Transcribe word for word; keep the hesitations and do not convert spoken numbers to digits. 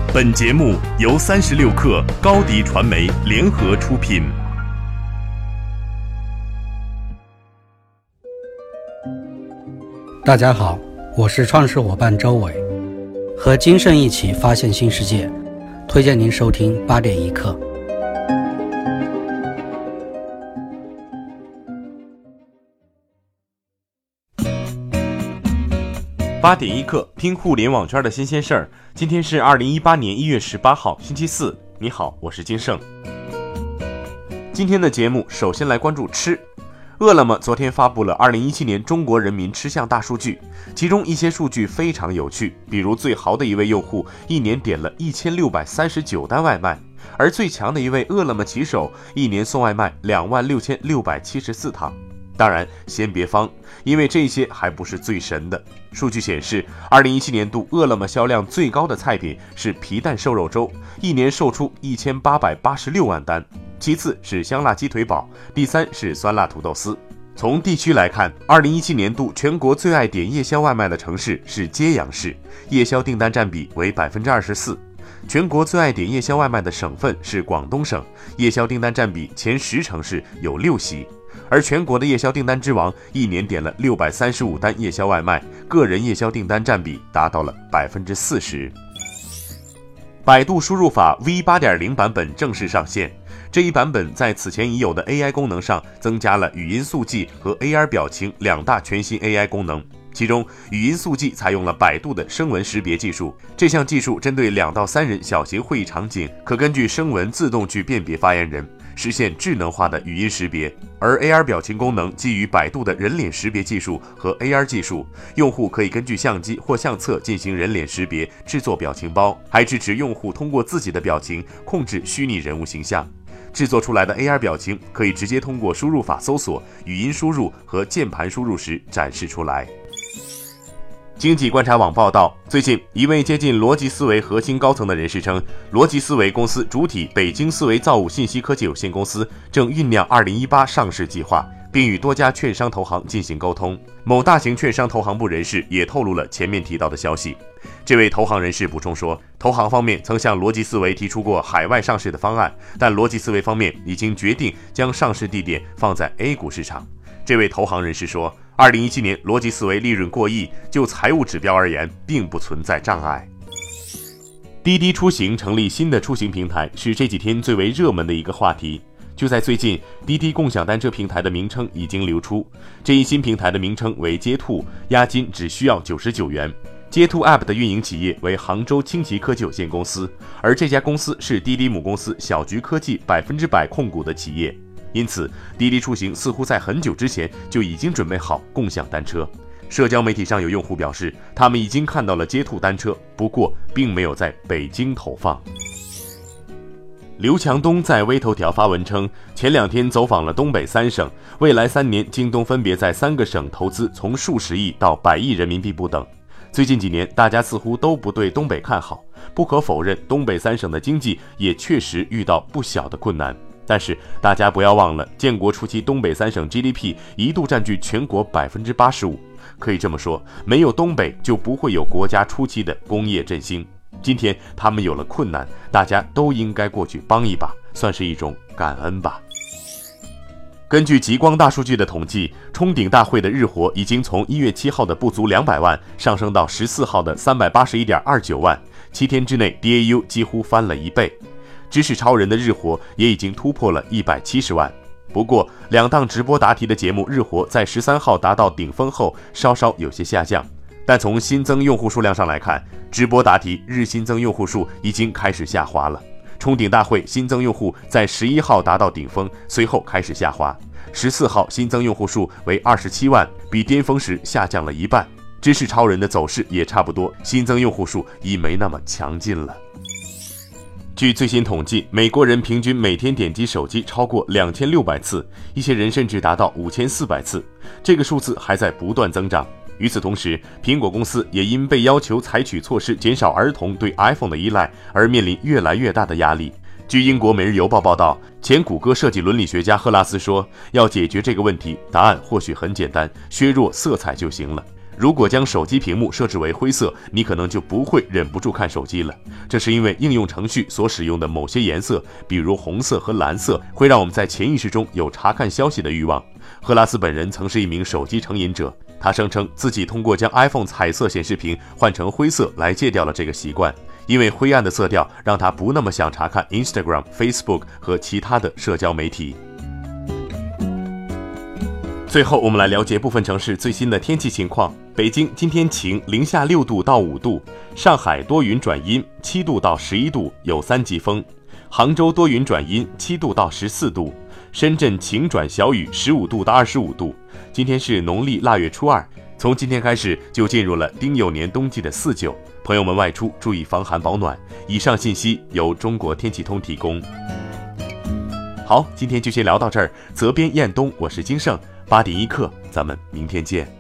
本节目由三十六克高迪传媒联合出品。 大家好，我是创始伙伴周伟，和金盛一起发现新世界，推荐您收听八点一刻。 八点一刻，听互联网圈的新鲜事儿。今天是二零一八年一月十八号，星期四。你好，我是金盛。今天的节目首先来关注吃。饿了么昨天发布了二零一七年中国人民吃相大数据，其中一些数据非常有趣，比如最豪的一位用户一年点了一千六百三十九单外卖，而最强的一位饿了么骑手一年送外卖两万六千六百七十四趟。当然先别慌，因为这些还不是最神的。数据显示，二零一七年度饿了么销量最高的菜品是皮蛋瘦肉粥，一年售出一千八百八十六万单，其次是香辣鸡腿堡，第三是酸辣土豆丝。从地区来看，二零一七年度全国最爱点夜宵外卖的城市是揭阳市，夜宵订单占比为 百分之二十四。全国最爱点夜宵外卖的省份是广东省，夜宵订单占比前十城市有六席。而全国的夜宵订单之王一年点了六百三十五单夜宵外卖，个人夜宵订单占比达到了 百分之四十。 百度输入法 V 八点零 版本正式上线，这一版本在此前已有的 A I 功能上增加了语音速记和 A R 表情两大全新 A I 功能，其中语音速记采用了百度的声纹识别技术，这项技术针对两到三人小型会议场景，可根据声纹自动去辨别发言人，实现智能化的语音识别。而 A R 表情功能基于百度的人脸识别技术和 A R 技术，用户可以根据相机或相册进行人脸识别，制作表情包，还支持用户通过自己的表情控制虚拟人物形象。制作出来的 A R 表情可以直接通过输入法搜索、语音输入和键盘输入时展示出来。经济观察网报道，最近一位接近逻辑思维核心高层的人士称，逻辑思维公司主体北京思维造物信息科技有限公司正酝酿二零一八上市计划，并与多家券商投行进行沟通。某大型券商投行部人士也透露了前面提到的消息。这位投行人士补充说，投行方面曾向逻辑思维提出过海外上市的方案，但逻辑思维方面已经决定将上市地点放在 A 股市场。这位投行人士说，二零一七年逻辑思维利润过亿，就财务指标而言并不存在障碍。滴滴出行成立新的出行平台是这几天最为热门的一个话题。就在最近，滴滴共享单车平台的名称已经流出，这一新平台的名称为接兔，押金只需要九十九元。接兔 App 的运营企业为杭州轻骑科技有限公司，而这家公司是滴滴母公司小桔科技百分之百控股的企业。因此，滴滴出行似乎在很久之前就已经准备好共享单车。社交媒体上有用户表示，他们已经看到了接兔单车，不过并没有在北京投放。刘强东在微头条发文称，前两天走访了东北三省，未来三年京东分别在三个省投资从数十亿到百亿人民币不等。最近几年，大家似乎都不对东北看好，不可否认，东北三省的经济也确实遇到不小的困难。但是大家不要忘了，建国初期东北三省 G D P 一度占据全国 百分之八十五， 可以这么说，没有东北就不会有国家初期的工业振兴。今天他们有了困难，大家都应该过去帮一把，算是一种感恩吧。根据极光大数据的统计，冲顶大会的日活已经从一月七号的不足两百万上升到十四号的三百八十一点二九万，七天之内 D A U 几乎翻了一倍。知识超人的日活也已经突破了一百七十万。不过两档直播答题的节目日活在十三号达到顶峰后稍稍有些下降，但从新增用户数量上来看，直播答题日新增用户数已经开始下滑了。冲顶大会新增用户在十一号达到顶峰，随后开始下滑，十四号新增用户数为二十七万，比巅峰时下降了一半。知识超人的走势也差不多，新增用户数已没那么强劲了。据最新统计，美国人平均每天点击手机超过两千六百次，一些人甚至达到五千四百次，这个数字还在不断增长。与此同时，苹果公司也因被要求采取措施减少儿童对 iPhone 的依赖而面临越来越大的压力。据英国《每日邮报》报道，前谷歌设计伦理学家赫拉斯说，要解决这个问题，答案或许很简单，削弱色彩就行了。 如果将手机屏幕设置为灰色，你可能就不会忍不住看手机了。这是因为应用程序所使用的某些颜色，比如红色和蓝色，会让我们在潜意识中有查看消息的欲望。赫拉斯本人曾是一名手机成瘾者，他声称自己通过将 iPhone 彩色显示屏换成灰色来戒掉了这个习惯，因为灰暗的色调让他不那么想查看 Instagram、Facebook 和其他的社交媒体。最后我们来了解部分城市最新的天气情况。北京今天晴，零下六度到五度；上海多云转阴，七度到十一度，有三级风；杭州多云转阴，七度到十四度；深圳晴转小雨，十五度到二十五度。今天是农历腊月初二，从今天开始就进入了丁酉年冬季的四九，朋友们外出注意防寒保暖。以上信息由中国天气通提供。好，今天就先聊到这儿。责编彦东，我是金盛，八点一刻，咱们明天见。